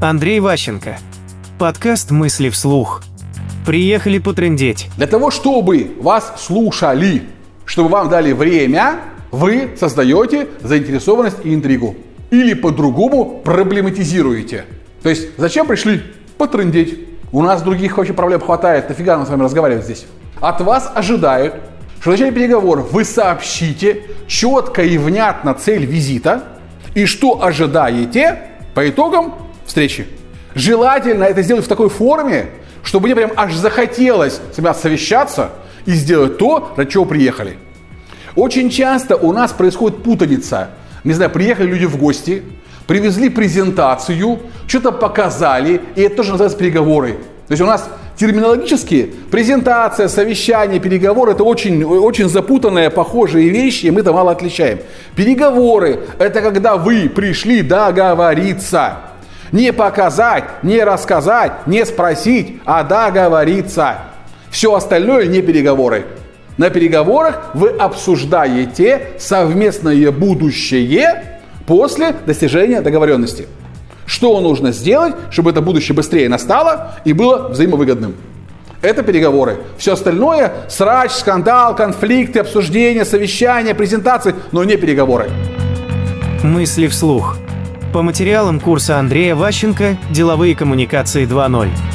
Андрей Ващенко. Подкаст «Мысли вслух». Приехали потрындеть. Для того, чтобы вас слушали, чтобы вам дали время, вы создаете заинтересованность и интригу. Или по-другому проблематизируете. То есть, зачем пришли? Потрындеть. У нас других вообще проблем хватает. Нафига нам с вами разговаривать здесь? От вас ожидают, что в начале переговоров вы сообщите четко и внятно цель визита и что ожидаете по итогам встречи. Желательно это сделать в такой форме, чтобы мне прям аж захотелось с вами совещаться и сделать то, ради чего приехали. Очень часто у нас происходит путаница. Не знаю, приехали люди в гости, привезли презентацию, что-то показали, и это тоже называется переговоры. То есть у нас терминологически презентация, совещание, переговоры – это очень запутанные, похожие вещи, и мы это мало отличаем. Переговоры – это когда вы пришли договориться. Не показать, не рассказать, не спросить, а договориться. Все остальное не переговоры. На переговорах вы обсуждаете совместное будущее после достижения договоренности. Что нужно сделать, чтобы это будущее быстрее настало и было взаимовыгодным. Это переговоры. Все остальное – срач, скандал, конфликты, обсуждения, совещания, презентации, но не переговоры. «Мысли вслух». По материалам курса Андрея Ващенко «Деловые коммуникации 2.0».